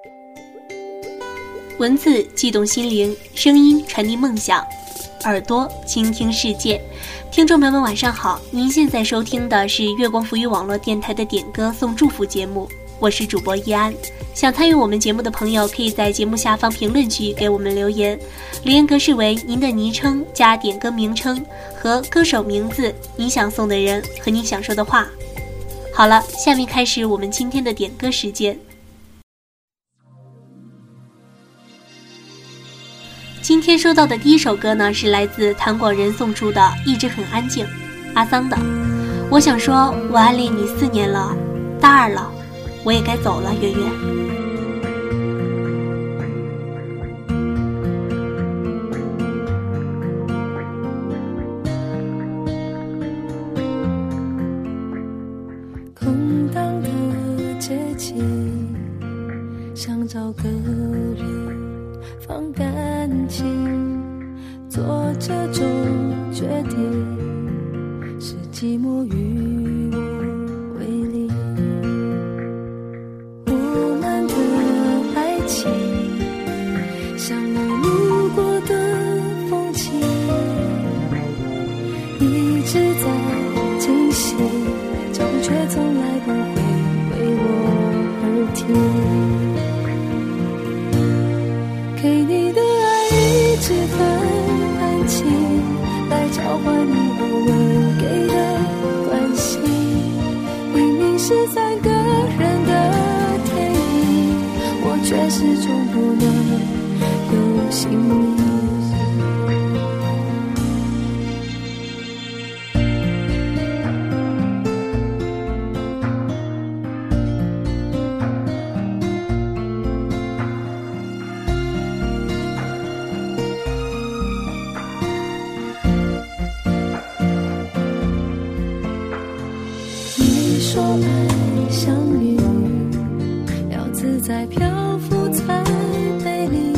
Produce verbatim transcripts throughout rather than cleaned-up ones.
文字悸动心灵，声音传递梦想，耳朵倾听世界。听众朋友们晚上好，您现在收听的是月光浮语网络电台的点歌送祝福节目，我是主播易安。想参与我们节目的朋友，可以在节目下方评论区给我们留言，留言格式为您的昵称加点歌名称和歌手名字、你想送的人和你想说的话。好了，下面开始我们今天的点歌时间。今天收到的第一首歌呢，是来自谭广仁送出的《一直很安静》，阿桑的。我想说，我暗恋你四年了，大二了，我也该走了，圆圆。 空荡的街景，想找个人放感情，做这种决定是寂寞与我为邻。我们的爱情像你路过的风景，一直在进行，脚步却从来不会为我而停。给你的爱一直很安静，来交换你偶尔给的关心。明明是三个人的电影，我却始终不能有姓名。说爱相遇要自在漂浮才美丽，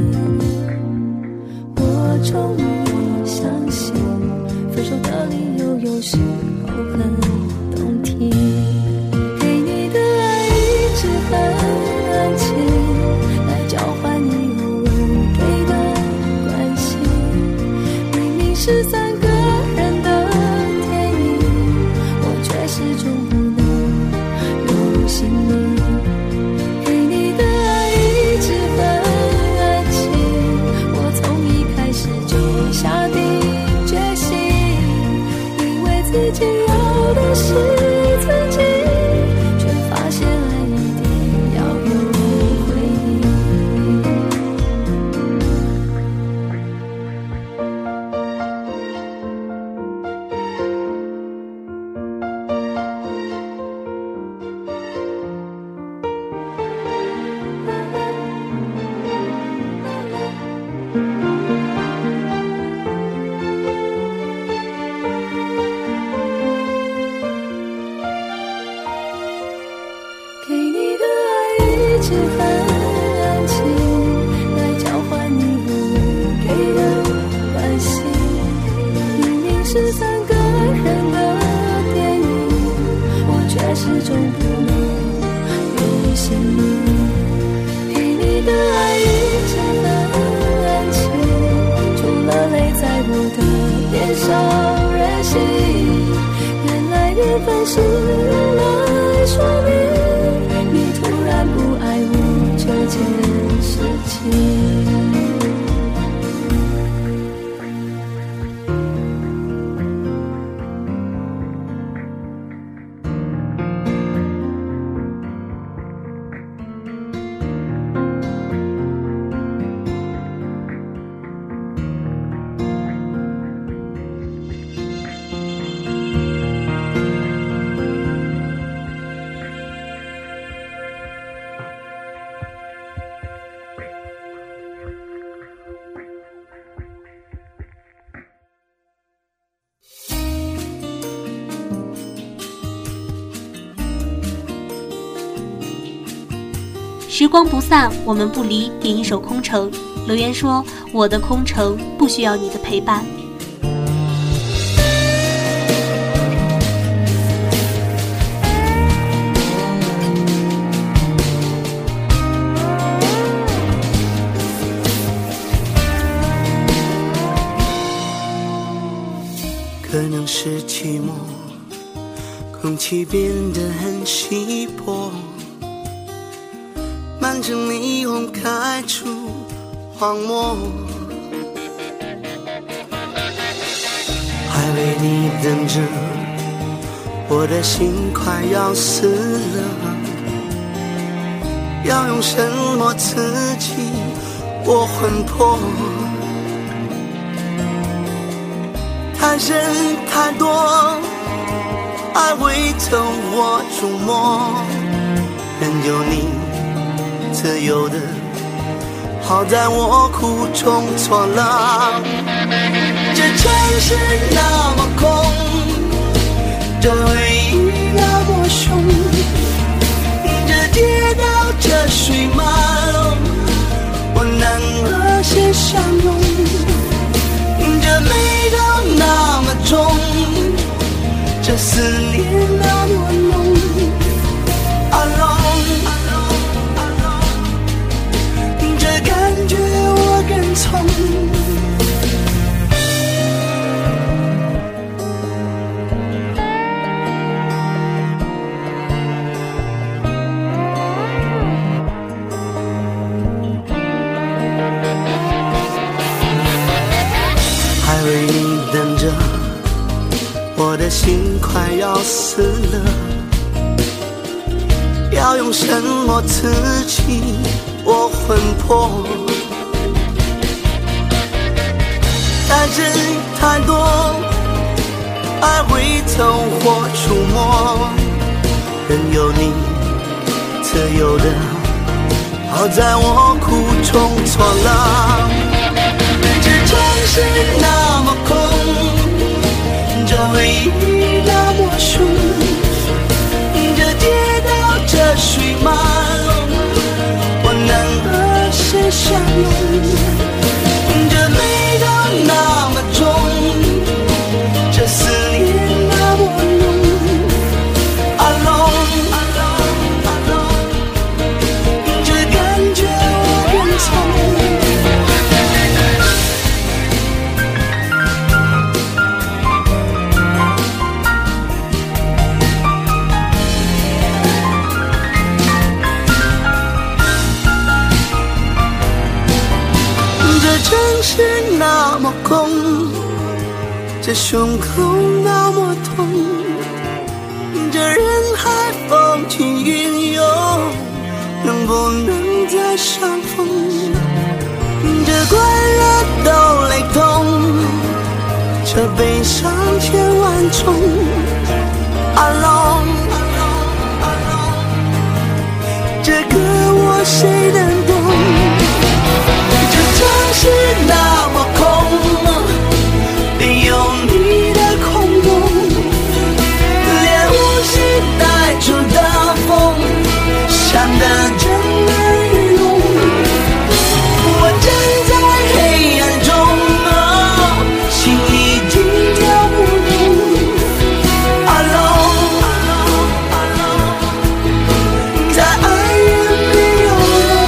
我终于相信分手的理由有时候很动听。给你的爱一直很安静，来交换你偶尔给的关心。明明是三个人的电影，我却始终给你的爱一直很安静，我从一开始就下定决心，以为自己要的是曾经，却发现爱一定要有回应。给你的爱一直很安静，来交换你偶尔给的关心。明明是三个人的电影，我却始终不能有姓名。给你的爱一直很安静，除了泪在我的脸上任性。原来缘分是用来说明你突然不爱我这件事情。 时光不散，我们不离，点一首空城。留言说，我的空城不需要你的陪伴。 能是寂寞，空气变得很稀薄，满城霓虹开出荒漠，还为你等着，我的心快要死了，要用什么刺激我魂魄？太深太多，爱会从我触摸，任由你自由的，好在我苦中作乐。这城市那么空，这回忆那么凶，这街道这水马龙，我能和谁相拥？这味道那么重，这思念那么浓。Alone， 这感觉我跟从。还为你等着，我的心快要死了，要用什么刺激我魂魄？太深太多，爱会从我触摸，任由你自由的，好在我苦中作乐。这城市那么空，这回忆那么凶，这街道这水马龙，我能和谁相拥？这味道那么重，这思念那么浓。Alone， 这感觉我跟从。城市那么空，这胸口那么痛，这人海风起云涌，能不能再相逢？这快乐都雷同，这悲伤千万重。Alone， 这歌我谁能懂？城市那么空，没有你的空洞，连呼吸带出的风，像的震耳欲聋。我站在黑暗中，哦，心已经跳不动。Alone， 在爱人没有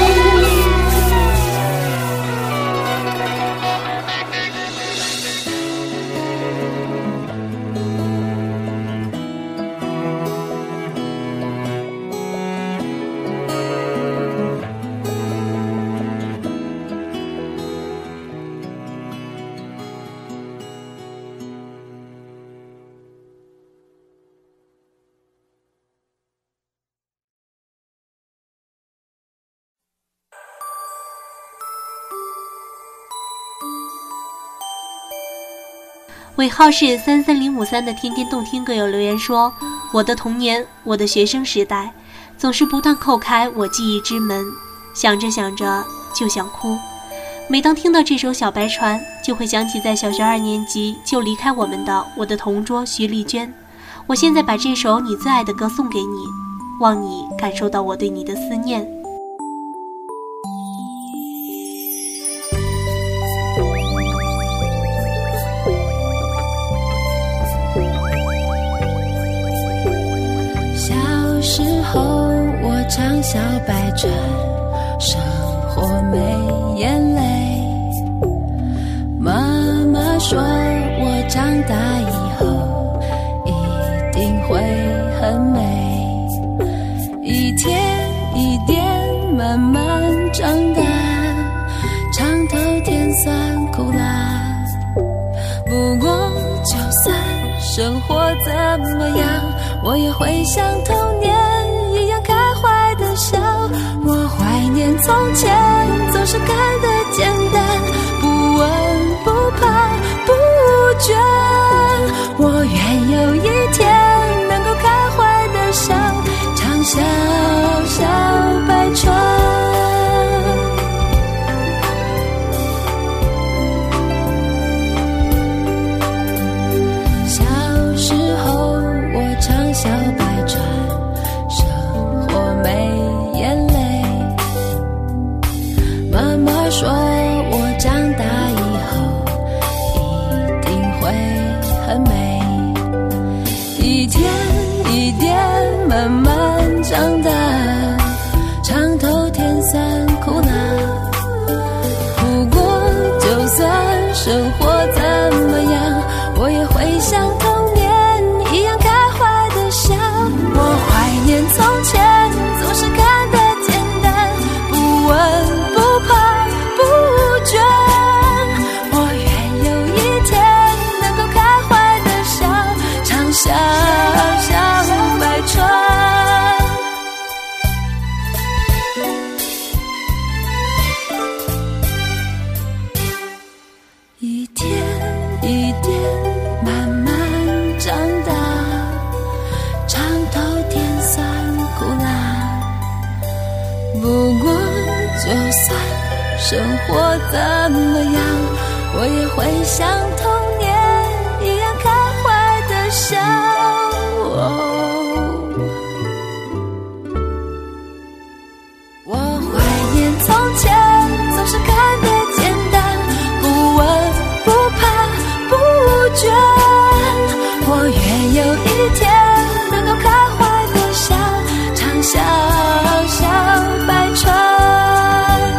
尾号是三三零五三的天天动听歌友留言说，我的童年，我的学生时代，总是不断叩开我记忆之门，想着想着就想哭。每当听到这首小白船，就会想起在小学二年级就离开我们的我的同桌徐丽娟。我现在把这首你最爱的歌送给你，望你感受到我对你的思念。 时候我唱小白船，生活没眼泪。妈妈说我长大以后酸苦辣。不过就算生活怎么样，我也会像童年一样开怀的笑。我怀念从前总是看得简单，不问不怕不倦。我愿有一天能够开怀的笑，唱小小百川。小百川，生活没眼泪。妈妈说我长大以后一定会很美。一天一点慢慢长大，尝透甜酸苦辣。不过就算生活怎么样，我也会像童年一样开怀的笑。我怀念从前总是看得简单，不问不怕不倦。我愿有一天能够开怀的笑，唱小小百川。一天一点慢慢长大，尝透甜酸苦辣。不过就算生活怎么样，我也会像童年一样开怀的笑。我怀念从前总是看得简单，不问不怕不倦。我愿有一天能够开怀的笑，唱小小百川。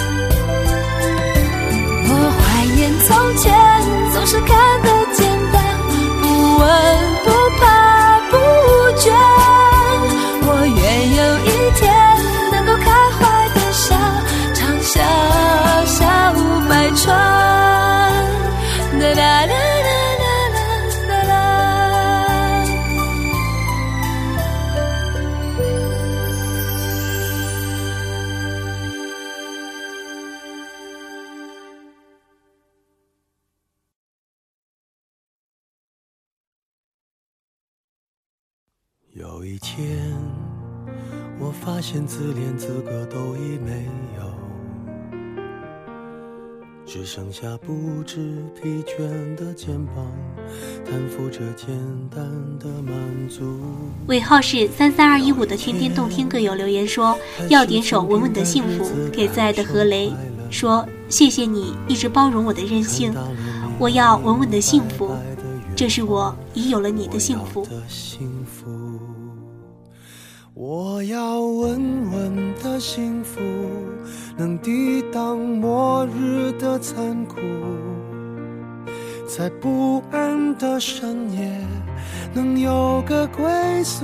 我怀念从前总是看得简单，不问不怕不倦。我愿有一天能够开怀的笑，唱小小百川。啦啦啦有一天，我发现自怜资格都已没有，只剩下不知疲倦的肩膀，担负着简单的满足。 尾号是三三二一五的天天动听歌友留言说，要点首稳稳的幸福给最爱的何雷，说谢谢你一直包容我的任性，我要稳稳的幸福，这是我已有了你的幸福。 我要稳稳的幸福，能抵挡末日的残酷，在不安的深夜能有个归宿。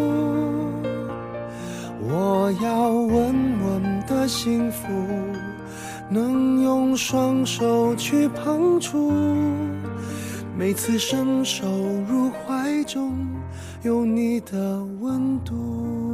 我要稳稳的幸福，能用双手去碰触，每次伸手入怀中有你的温度。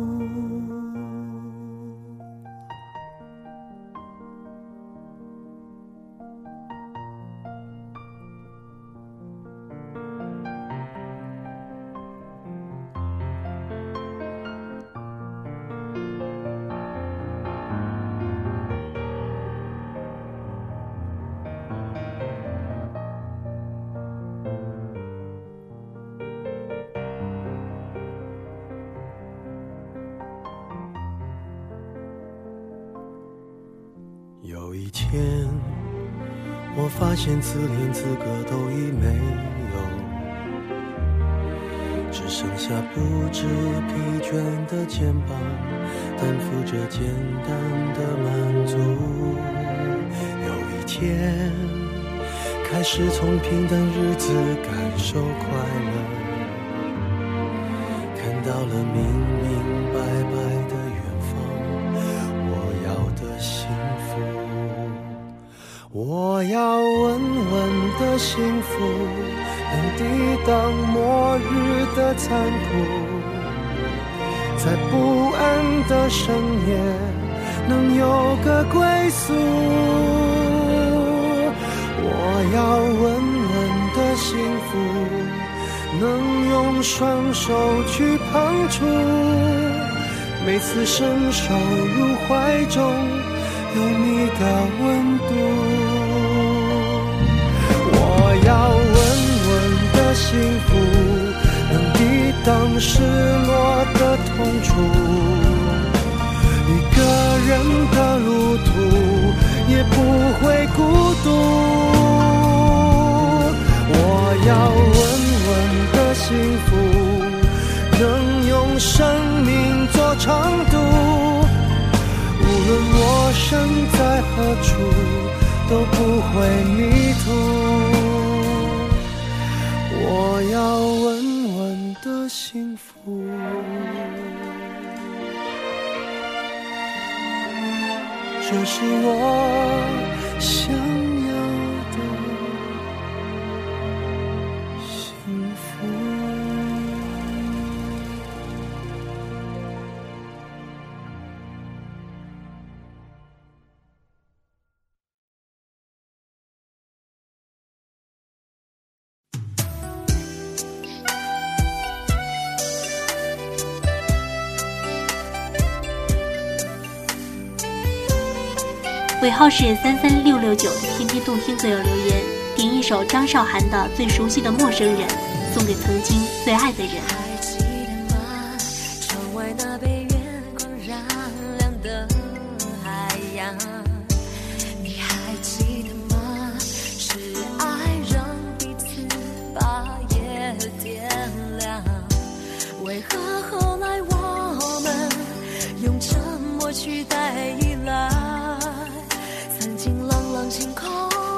有一天，我发现自怜资格都已没有，只剩下不知疲倦的肩膀，担负着简单的满足。有一天，开始从平淡日子感受快乐，看到了明明白白的远方，我要的幸福。 我要稳稳的幸福，能抵挡末日的残酷，在不安的深夜能有个归宿。我要稳稳的幸福，能用双手去碰触，每次伸手入怀中有你的温度。我要稳稳的幸福，能抵挡失落的痛楚，一个人的路途也不会孤独。我要稳稳的幸福，能用生命做长度，无论我身在何处都不会迷途。我要稳稳的幸福。这是我想要的幸福。 尾号是三三六六九，天天动听最有留言，点一首张韶涵的《最熟悉的陌生人》，送给曾经最爱的人。 还记得吗？窗外那被月光染亮的海洋，你还记得吗？是爱让彼此把夜点亮，为何后来我们用沉默取代依赖？曾经朗朗晴空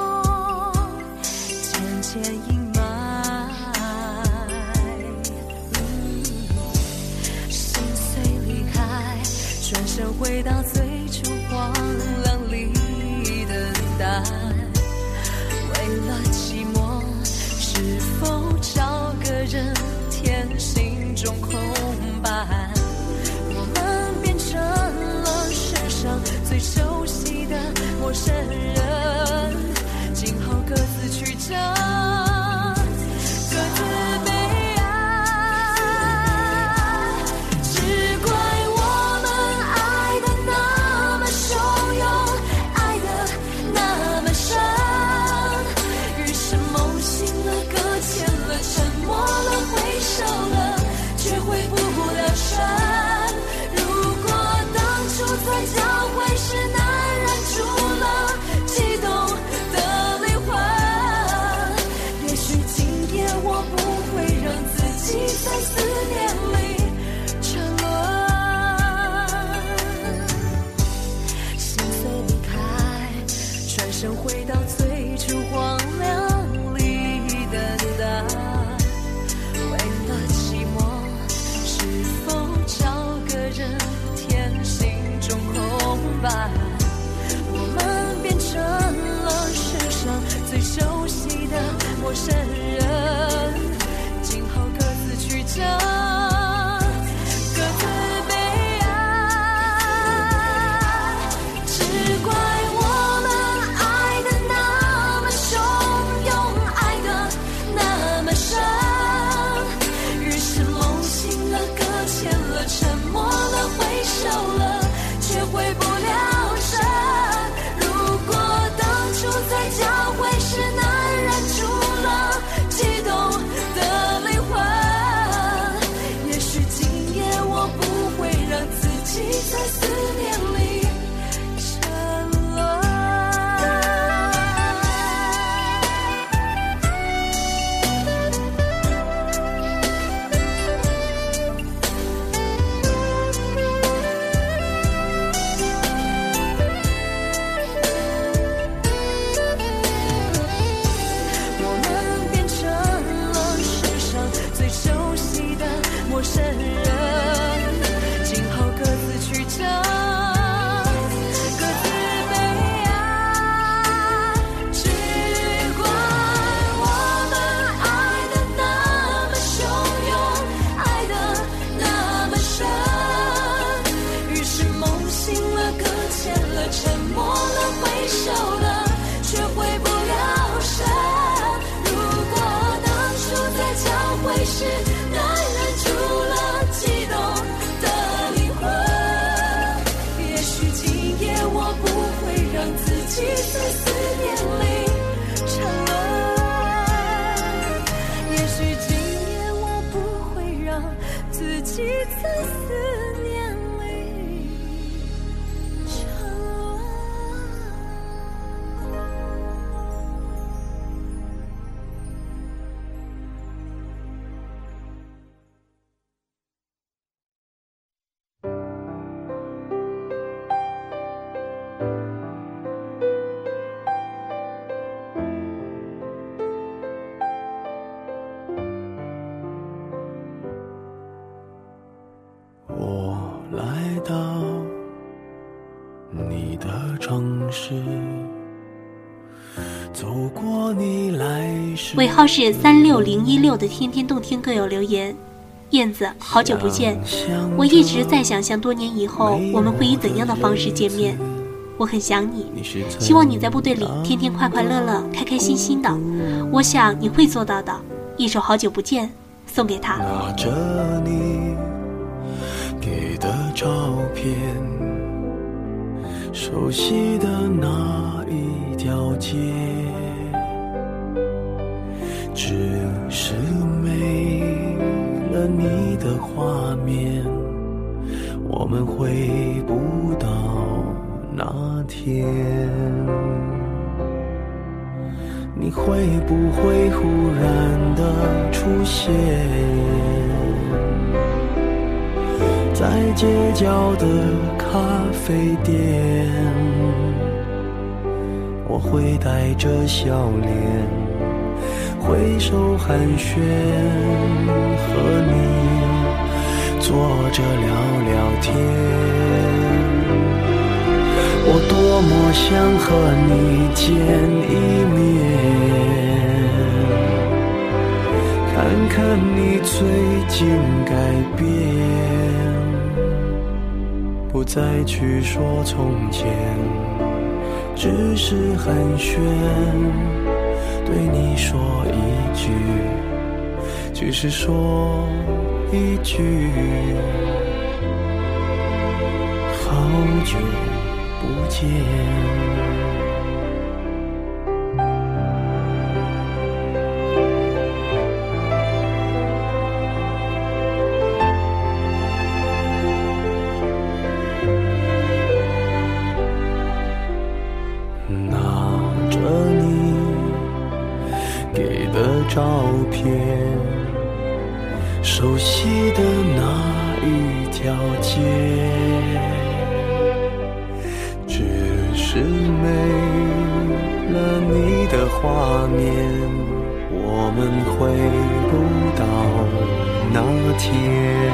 渐渐阴霾，嗯，心碎离开，转身回到最初荒凉里等待。为了寂寞，是否找个人填心中空白？我们变成了世上最熟悉的陌生人，今后各自去找，各自悲哀。只怪我们爱的那么汹涌，爱的那么深，于是梦醒了，搁浅了，沉默了，回首了，却回不了神。如果当初在交汇时难忍住了激动的灵魂，也许今夜我不会让自己在思念里沉沦。心碎离开，转身回到最初荒凉里等待。为了寂寞，是否找个人填心中空白？我们变成了世上最熟悉的陌生人，今后各自去找，各自悲哀。只怪我们爱的那么汹涌，爱的那么深，于是梦醒了，搁浅了，沉默了，回首了，却回不了神。如果当初在交汇时难忍住了己在思念里沉沦。也许今夜我不会让自己在思念里沉沦。 我来到你的城市，走过你来时。 尾号是三六零一六的天天动听歌友留言：燕子，好久不见，我一直在想象多年以后我们会以怎样的方式见面。我很想你，希望你在部队里天天快快乐乐、开开心心的。我想你会做到的。一首《好久不见》送给他。 拿着你给的照片，熟悉的那一条街，只是没了你的画面，我们回不到那天。你会不会忽然的出现在街角的咖啡店？我会带着笑脸挥手寒暄，和你坐着聊聊天。我多么想和你见一面，看看你最近改变，不再去说从前，只是寒暄，对你说一句，只是说一句，好久不见。照片，熟悉的那一条街，只是没了你的画面，我们回不到那天。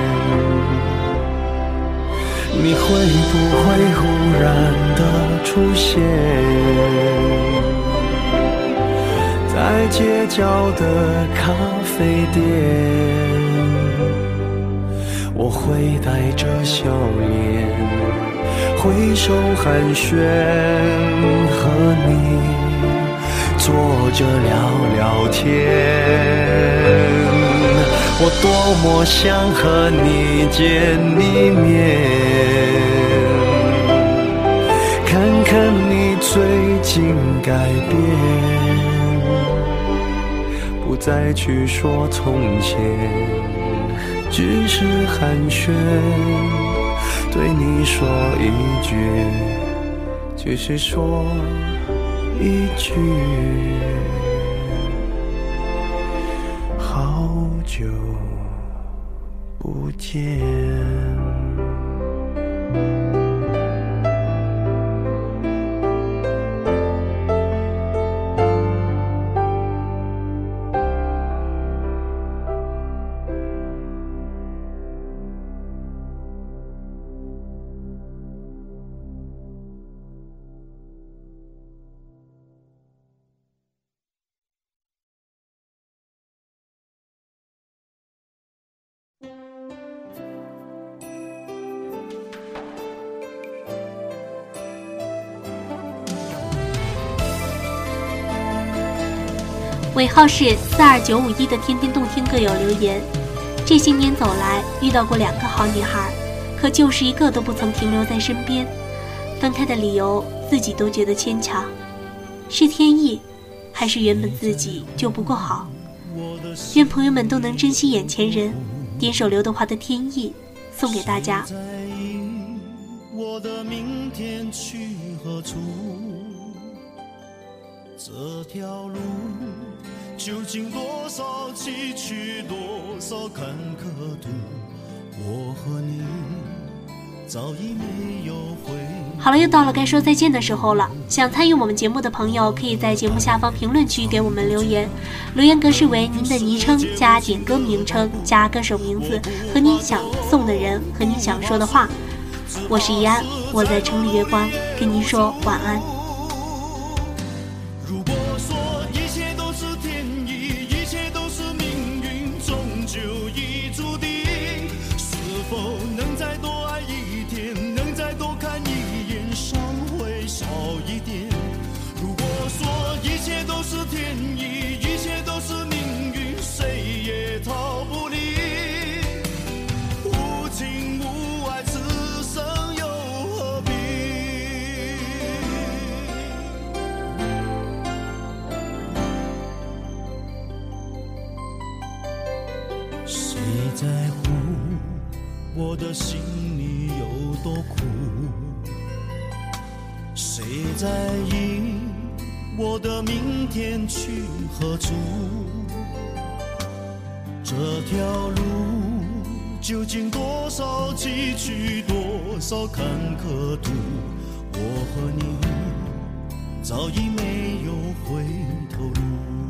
你会不会忽然的出现在街角的咖啡店？我会带着笑脸挥手寒暄，和你坐着聊聊天。我多么想和你见一面，看看你最近改变，不再去说从前，只是寒暄，对你说一句，只是说一句，好久不见。 尾号是四二九五一的天天动听歌友留言：这些年走来，遇到过两个好女孩，可就是一个都不曾停留在身边。分开的理由自己都觉得牵强，是天意，还是原本自己就不够好？愿朋友们都能珍惜眼前人，点首刘德华的《天意》送给大家。 我的明天去何处？这条路究竟多少崎岖，多少坎坷途？我和你早已没有回。 好了，又到了该说再见的时候了。想参与我们节目的朋友，可以在节目下方评论区给我们留言，留言格式为您的昵称加点歌名称加歌手名字和您想送的人和您想说的话。我是怡安，我在城里月光跟您说晚安。 如果说一切都是天意，一切都是命运，终究已注定，是否能再多爱一天，能再多看一眼，伤会少一点？如果说一切都是天意，一切都是命运，谁也逃不离，无情无爱，此生又何必？谁在乎我的心里有多苦？谁在意我的明天去何处？这条路究竟多少崎岖，多少坎坷途？我和你早已没有回头路。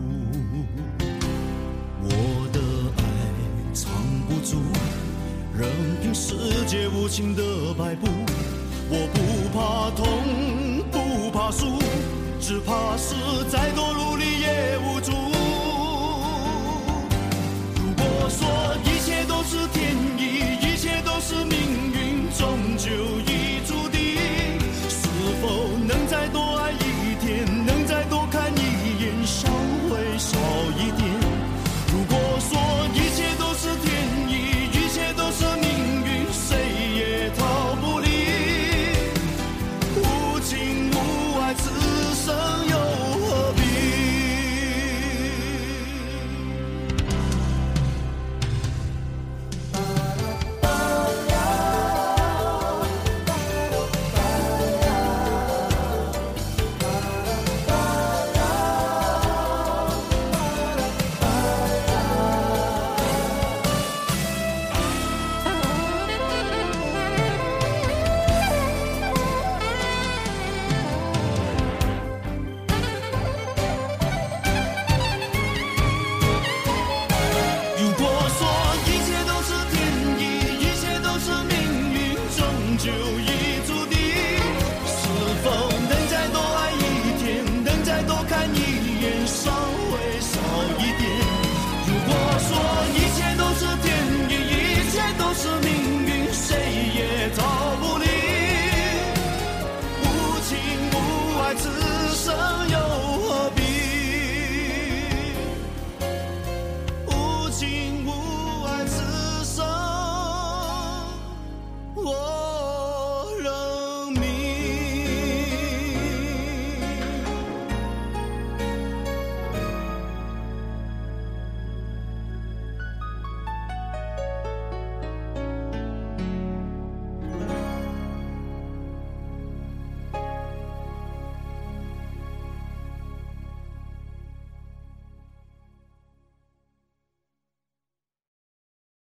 我的爱藏不住，任凭世界无情的摆布。我不怕痛，不怕输，只怕是再多努力也无